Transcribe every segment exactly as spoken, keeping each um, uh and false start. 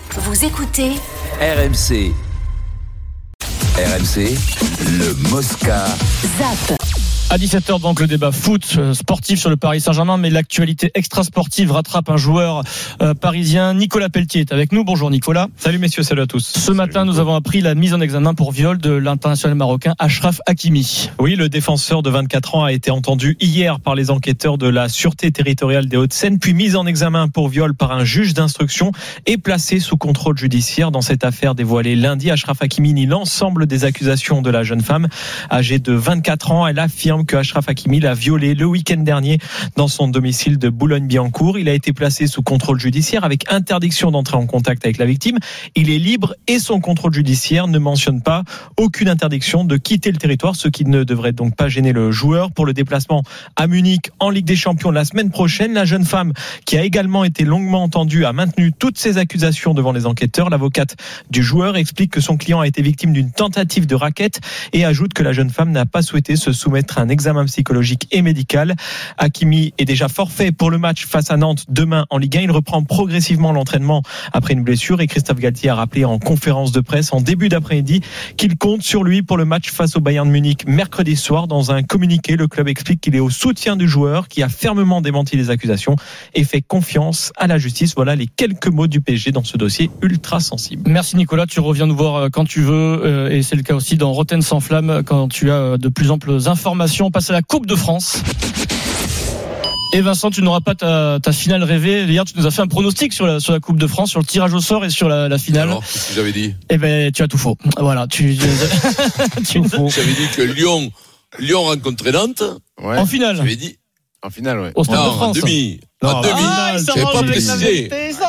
Vous écoutez R M C. R M C, le Mosca. Zap. À dix-sept heures, donc le débat foot euh, sportif sur le Paris Saint-Germain, mais l'actualité extra-sportive rattrape un joueur euh, parisien. Nicolas Pelletier est avec nous. Bonjour Nicolas. Salut messieurs, salut à tous. Ce salut matin, Nico. Nous avons appris la mise en examen pour viol de l'international marocain Achraf Hakimi. Oui, le défenseur de vingt-quatre ans a été entendu hier par les enquêteurs de la Sûreté territoriale des Hauts-de-Seine, puis mis en examen pour viol par un juge d'instruction et placé sous contrôle judiciaire. Dans cette affaire dévoilée lundi, Achraf Hakimi nie l'ensemble des accusations de la jeune femme âgée de vingt-quatre ans. Elle affirme que Achraf Hakimi l'a violée le week-end dernier dans son domicile de Boulogne-Billancourt. Il a été placé sous contrôle judiciaire avec interdiction d'entrer en contact avec la victime. Il est libre et son contrôle judiciaire ne mentionne pas aucune interdiction de quitter le territoire, ce qui ne devrait donc pas gêner le joueur. Pour le déplacement à Munich en Ligue des Champions la semaine prochaine, la jeune femme, qui a également été longuement entendue, a maintenu toutes ses accusations devant les enquêteurs. L'avocate du joueur explique que son client a été victime d'une tentative de racket et ajoute que la jeune femme n'a pas souhaité se soumettre à un examen psychologique et médical. Hakimi est déjà forfait pour le match face à Nantes demain en Ligue un. Il reprend progressivement l'entraînement après une blessure et Christophe Galtier a rappelé en conférence de presse en début d'après-midi qu'il compte sur lui pour le match face au Bayern de Munich mercredi soir. Dans un communiqué, le club explique qu'il est au soutien du joueur qui a fermement démenti les accusations et fait confiance à la justice. Voilà les quelques mots du P S G dans ce dossier ultra sensible. Merci Nicolas, tu reviens nous voir quand tu veux et c'est le cas aussi dans Rotten sans flamme quand tu as de plus amples informations. On passe à la Coupe de France. Et Vincent, tu n'auras pas ta, ta finale rêvée. Hier, tu nous as fait un pronostic sur la, sur la Coupe de France, sur le tirage au sort et sur la, la finale. Alors, qu'est-ce que j'avais dit ? Eh ben, tu as tout faux. Voilà, tu, tu tout faux. J'avais dit que Lyon, Lyon rencontrait Nantes. Ouais. En finale. J'avais dit. En finale, ouais. Au Stade non, de France. En demi. Non, en demi. Ah, j'avais pas précisé.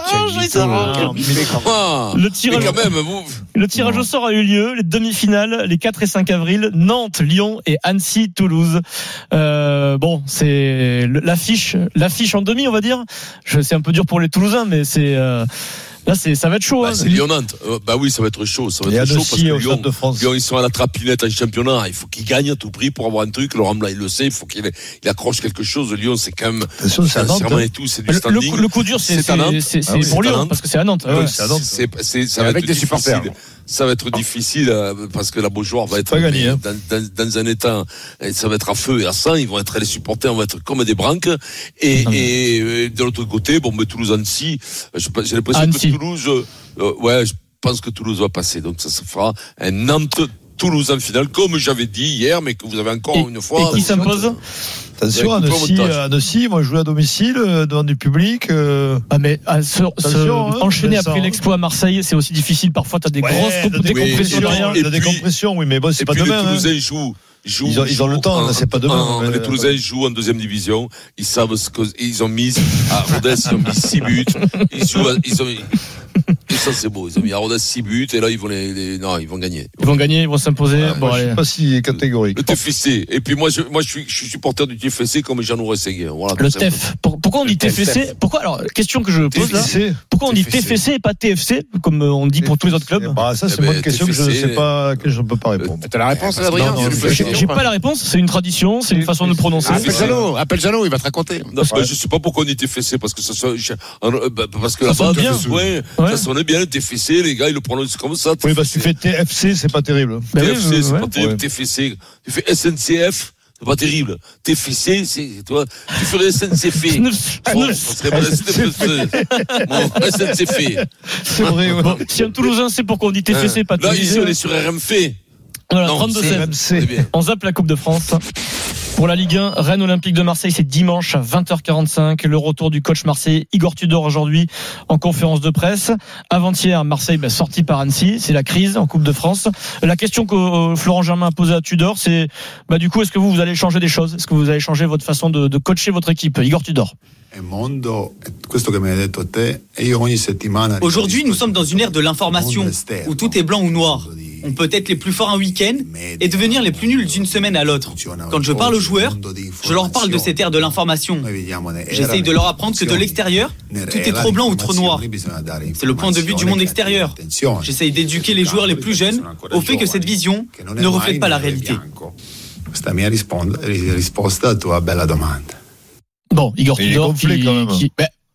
Le tirage, quand même, vous... le tirage au sort a eu lieu. Les demi-finales, les quatre et cinq avril. Nantes, Lyon et Annecy, Toulouse. Euh, bon, c'est l'affiche, l'affiche en demi, on va dire. Je, c'est un peu dur pour les Toulousains, mais c'est. Euh, Là, c'est, ça va être chaud. Bah, hein. C'est Lyon-Nantes. Euh, bah oui, ça va être chaud. Ça va être chaud parce que Lyon, de France. Lyon, ils sont à la trapinette en championnat. Il faut qu'ils gagnent à tout prix pour avoir un truc. Laurent Blanc, il le sait. Il faut qu'il il accroche quelque chose. Lyon, c'est quand même. C'est c'est Nantes, et tout, c'est du standing. Le, le, le coup dur, c'est, c'est, c'est, c'est, c'est ah oui, pour Lyon parce que c'est à Nantes. Ouais, c'est à Nantes. C'est, c'est, ça va avec être des difficile. Supporters. Ça va être difficile parce que la Beaujoire va être gagné, hein. dans, dans, dans un état. Ça va être à feu et à sang. Ils vont être les supporters, vont être comme des branques. Et, et, et de l'autre côté, bon, mais Toulouse-Annecy. J'ai l'impression Annecy. que Toulouse. Euh, ouais, je pense que Toulouse va passer. Donc ça se fera un Nantes-Toulouse en finale, comme j'avais dit hier, mais que vous avez encore et, une fois. Et qui s'impose ? Attention, Annecy, Annecy, moi je joue à domicile, devant du public. Euh... Ah mais à se, se hein, enchaîner Vincent. Après l'exploit à Marseille, c'est aussi difficile. Parfois, tu as des ouais, grosses coupes, des compressions derrière. Il y a des compressions, oui, mais bon, c'est et pas puis demain. Les Toulousains hein. jouent. Jouent, ils, ont, ils ont le temps, en, c'est pas demain. En, mais... Les Toulousains jouent en deuxième division. Ils savent ce qu'ils ont mis à Rodez, ils ont mis six buts. Ils jouent, ils ont mis, et ça c'est beau. Ils ont mis à Rodez six buts et là ils vont les, les non, ils vont gagner. Ils vont gagner, ils vont s'imposer. Ah, bon, moi, allez. je suis pas si catégorique. Le T F C. Et puis moi, je, moi, je suis, je suis supporter du T F C comme Jean-Noël Séguin. Voilà. Le T E F. Pourquoi on dit T F C ? Pourquoi alors question que je pose là. Pourquoi on dit T F C et pas T F C comme on dit pour tous les autres clubs ? Bah ça c'est une question que je ne sais pas, que je ne peux pas répondre. T'as la réponse, Adrien ? J'ai pas la réponse. C'est une tradition, c'est une façon de prononcer. Appelle Jeannot, appelle Jeannot, il va te raconter. Non, ouais. Je sais pas pourquoi on dit T F C parce que ça sonne, parce que ça sonne bien. Ouais, ouais. Ça sonne bien le T F C, les gars ils le prononcent comme ça. Oui, parce que tu fais T F C, c'est pas terrible. T F C, c'est pas terrible. T F C, tu fais S N C F. C'est pas terrible. T F C, c'est, toi, tu ferais S N C F. Bon, ça serait pas S N C F. C'est vrai, ouais. Bon, si un Toulousain sait pourquoi on dit T F C, pas T F C. Là, ici, on est sur R M F. Voilà, trente-deux seize. On zappe la Coupe de France. Pour la Ligue un, Rennes Olympique de Marseille, c'est dimanche à vingt heures quarante-cinq. Le retour du coach marseillais Igor Tudor aujourd'hui en conférence de presse. Avant-hier, Marseille bah, sorti par Annecy. C'est la crise en Coupe de France. La question que euh, Florent Germain a posée à Tudor, c'est bah, du coup, est-ce que vous, vous allez changer des choses ? Est-ce que vous allez changer votre façon de, de coacher votre équipe ? Igor Tudor. Aujourd'hui, nous sommes dans une ère de l'information où tout est blanc ou noir. On peut être les plus forts un week-end et devenir les plus nuls d'une semaine à l'autre. Quand je parle aux joueurs, je leur parle de cette ère de l'information. J'essaye de leur apprendre que de l'extérieur, tout est trop blanc ou trop noir. C'est le point de vue du monde extérieur. J'essaye d'éduquer les joueurs les plus jeunes au fait que cette vision ne reflète pas la réalité. Bon, Igor Tudor qui, qui bah,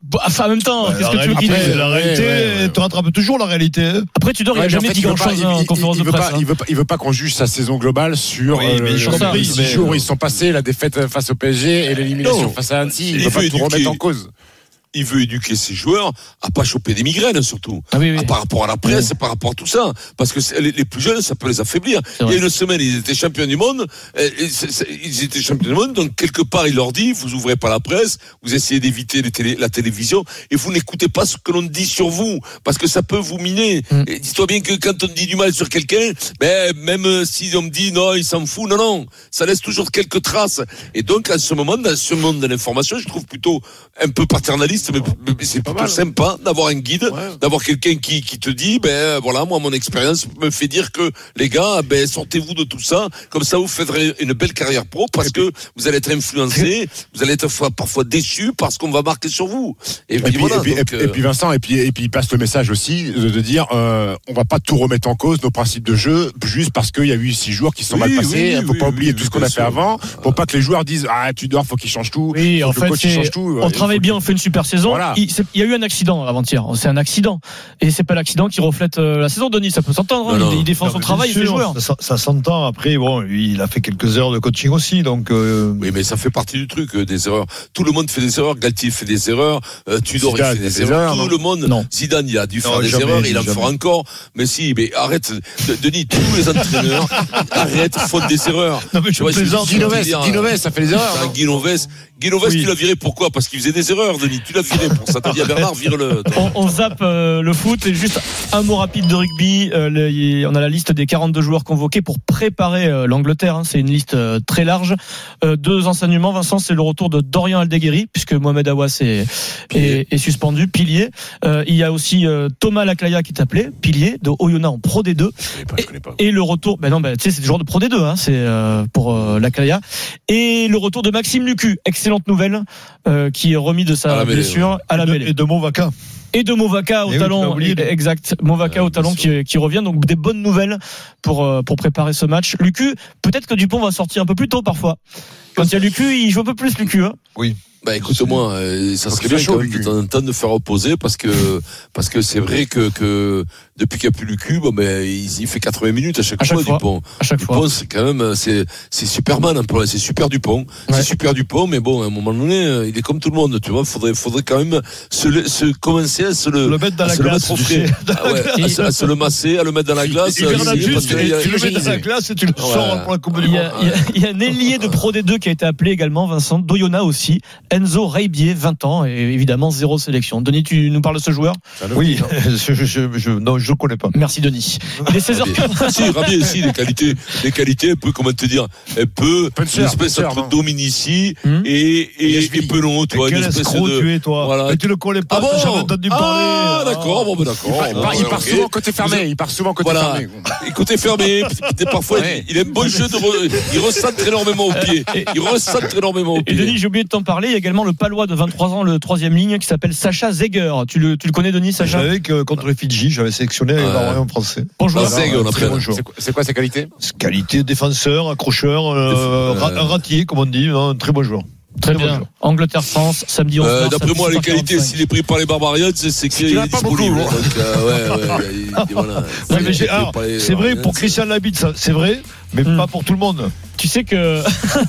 Bah, enfin, en même temps, Ouais, qu'est-ce que tu veux réalité, qu'il dise? La réalité, Ouais, ouais, ouais. tu rattrapes toujours la réalité. Après, Tudor, il Ouais, a mais jamais en fait, dit il veut grand chose pas- en il- conférence il- de il veut presse. pas- Il veut pas, il veut pas qu'on juge sa saison globale sur Oui, euh, mais le- je le- comprends, les six mais- jours où ils sont passés, la défaite face au P S G et l'élimination Non. face à Annecy. Il Il ne veut pas veut tout éduquer. remettre en cause. Il veut éduquer ses joueurs à pas choper des migraines, surtout. Ah oui, oui. Ah, par rapport à la presse, par rapport à tout ça. Parce que c'est- les, les plus jeunes, ça peut les affaiblir. C'est Il y vrai. a une semaine, ils étaient champions du monde. et- et c'est- c'est- ils étaient champions du monde. Donc, quelque part, il leur dit, vous ouvrez pas la presse, vous essayez d'éviter les télé, la télévision, et vous n'écoutez pas ce que l'on dit sur vous. Parce que ça peut vous miner. Mm. Et dis-toi bien que quand on dit du mal sur quelqu'un, ben, même si on me dit, non, il s'en fout, non, non. Ça laisse toujours quelques traces. Et donc, à ce moment, dans ce monde de l'information, je trouve plutôt un peu paternaliste, mais, mais c'est plutôt mal. sympa d'avoir un guide, Ouais. d'avoir quelqu'un qui, qui te dit, ben voilà, moi mon expérience me fait dire que les gars, ben sortez-vous de tout ça, comme ça vous ferez une belle carrière pro parce que vous allez être influencé, vous allez être parfois, parfois déçus parce qu'on va marquer sur vous. Et, Et puis, puis, voilà. et puis- donc, et puis- euh, et puis Vincent, et puis, et puis il passe le message aussi de, de dire euh, on va pas tout remettre en cause, nos principes de jeu, juste parce qu'il y a eu six jours qui se sont Oui, mal passés. oui, Il faut oui, pas oublier oui, tout ce qu'on bien a fait sûr. avant, pour pas que les joueurs disent ah tu dors, faut qu'il change tout. Oui, faut en que le fait, coach il c'est- change tout. on Il travaille faut- bien, on fait une super saison. Voilà. Il, c'est- il y a eu un accident avant-hier. C'est un accident. Et c'est pas l'accident qui reflète euh, la saison, Denis. Ça peut s'entendre. hein. Non, non. Il, il défend Non, son mais travail, bien ses sûr, joueurs. Ça, ça s'entend. Après, bon, lui, il a fait quelques heures de coaching aussi, donc. euh, Oui, mais ça fait partie du truc, euh, des erreurs. Tout le monde fait des erreurs. Galtier fait des erreurs. Euh, Tudor, il Zidane fait des fait des erreurs. erreurs, Tout le monde. Non. Zidane, il a dû Non, faire des jamais, erreurs. Il en jamais. fera encore. Mais si, mais arrête. De- Denis, tous les entraîneurs, arrête, font des erreurs. Non, mais je Tu vois, plaisante. c'est- Guinoves, dire, Guinoves, ça fait des erreurs. Enfin, non Guinoves, Guinoves, Oui. tu l'as viré pourquoi? Parce qu'il faisait des erreurs, Denis. Tu l'as viré pour ça. T'as dit à Bernard, vire-le. On, on zappe euh, le foot et juste un mot rapide de rugby. Euh, le- y- on a la liste des quarante-deux joueurs convoqués pour préparer euh, l'Angleterre. hein. C'est une liste euh, très large. Euh, deux enseignements, Vincent, c'est le retour de Dorian Aldeguerri puisque Mohamed Awas est, est, est suspendu, pilier. Euh, il y a aussi euh, Thomas Laclaya qui est appelé, pilier de Oyonnax en Pro D deux. Je connais pas, je connais pas. Et le retour, ben non, ben tu sais, c'est le joueur de Pro D deux, hein, c'est euh, pour euh, Laclaya. Et le retour de Maxime Lucu, excellente nouvelle, euh, qui est remis de À sa la mêlée, blessure à la et de- mêlée. Et de Movaca. Et de Movaka au Eh oui, tu l'as talon, oublié. exact. Movaka Ouais, au talon bien sûr. qui, qui revient, donc des bonnes nouvelles pour euh, pour préparer ce match. Lucu, peut-être que Dupont va sortir un peu plus tôt parfois. Quand il y a Lucu, il joue un peu plus Lucu. Hein. Bah écoute-moi, euh, ça Faut serait qu'il bien soit quand chaud, même de Lucu. temps en temps de faire opposer parce que parce que c'est vrai que que depuis qu'il n'y a plus Lucu, bon ben il, il fait quatre-vingts minutes à chaque, À chaque fois, fois. Dupont. À chaque fois. Dupont, c'est quand même c'est c'est Superman un peu, c'est super Dupont, Ouais. c'est super Dupont, mais bon à un moment donné, euh, il est comme tout le monde, tu vois, faudrait faudrait quand même se, le- se commencer à se le, Le mettre dans à la se le glace, mettre au tu frais, sais. Ah ouais, à, se, à se le masser, à le mettre dans la glace. Et euh, Bernard c'est- Juste, parce que il y a- tu le mets dans la glace et tu le Ouais. sors pour la Coupe du Il y, Monde. a, il, y a, il y a un ailier de Pro D deux qui a été appelé également, Vincent, d'Oyonnax aussi, Enzo Reibier, vingt ans, et évidemment zéro sélection. Denis, tu nous parles de ce joueur? Oui, je, je, je, je- non, je ne connais pas. Merci Denis. Il est seize heures quinze. Si, Rabier, si, les qualités, les qualités, un peu, comment te dire, un peu, Puncher, une espèce puncher, entre non Dominici Hum. et, et, et Pelon, tu vois, Quel une espèce escroc de. tu es, toi. Voilà. Mais tu le connais pas, Ah bon t'as jamais entendu parler. Ah, d'accord, bon, ben d'accord. Il Bon, part, il ouais, part ok. souvent côté fermé. Il part souvent côté Voilà. fermé. Et côté fermé, peut-être parfois, Ouais. il, il a un bon jeu de, re- il recentre énormément au pied. Il recentre énormément au Et pied. Denis, j'ai oublié de t'en parler, il y a également le Palois de vingt-trois ans, le troisième ligne, qui s'appelle Sacha Zeger. Tu le, tu le connais Denis, Je Sacha? savais que contre les Fidji, j'avais sélectionné Ouais. un Royaume français. Bonjour. Bah, Zeg, on Très appelle. bon joueur. C'est quoi- C'est quoi ses qualités? Qualité défenseur, accrocheur, euh, Déf- ra- un ratier, comme on dit, hein, un très bon joueur. Très Très bon bien. joueur. Angleterre-France, samedi onze Euh, mars. D'après à moi, les dix-sept heures qualités, quarante-cinq. s'il est pris par les Barbarians, c'est c'est qu'il qu'il en est a pas disponible. beaucoup. Donc, euh, ouais, ouais, il- il- voilà. Non, S'il mais est j'ai- pris alors, par les c'est vrai Barbarians, pour Christian Labitte, ça, c'est vrai, mais Hmm. pas pour tout le monde. Tu sais que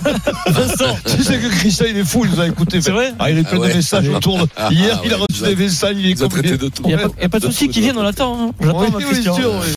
Vincent, Tu sais que Christian, il est fou, il nous a écouté. c'est vrai? Ah, il est plein Ah ouais. de messages autour. de- Ah, Hier, ah, il a ouais, reçu vous a- des messages, il est Ils ont comme traité de tout. Il n'y a, pas- y a pas de souci qui viennent, on l'attend. hein. J'attends Oui, ma oui, Christian. sûr, oui.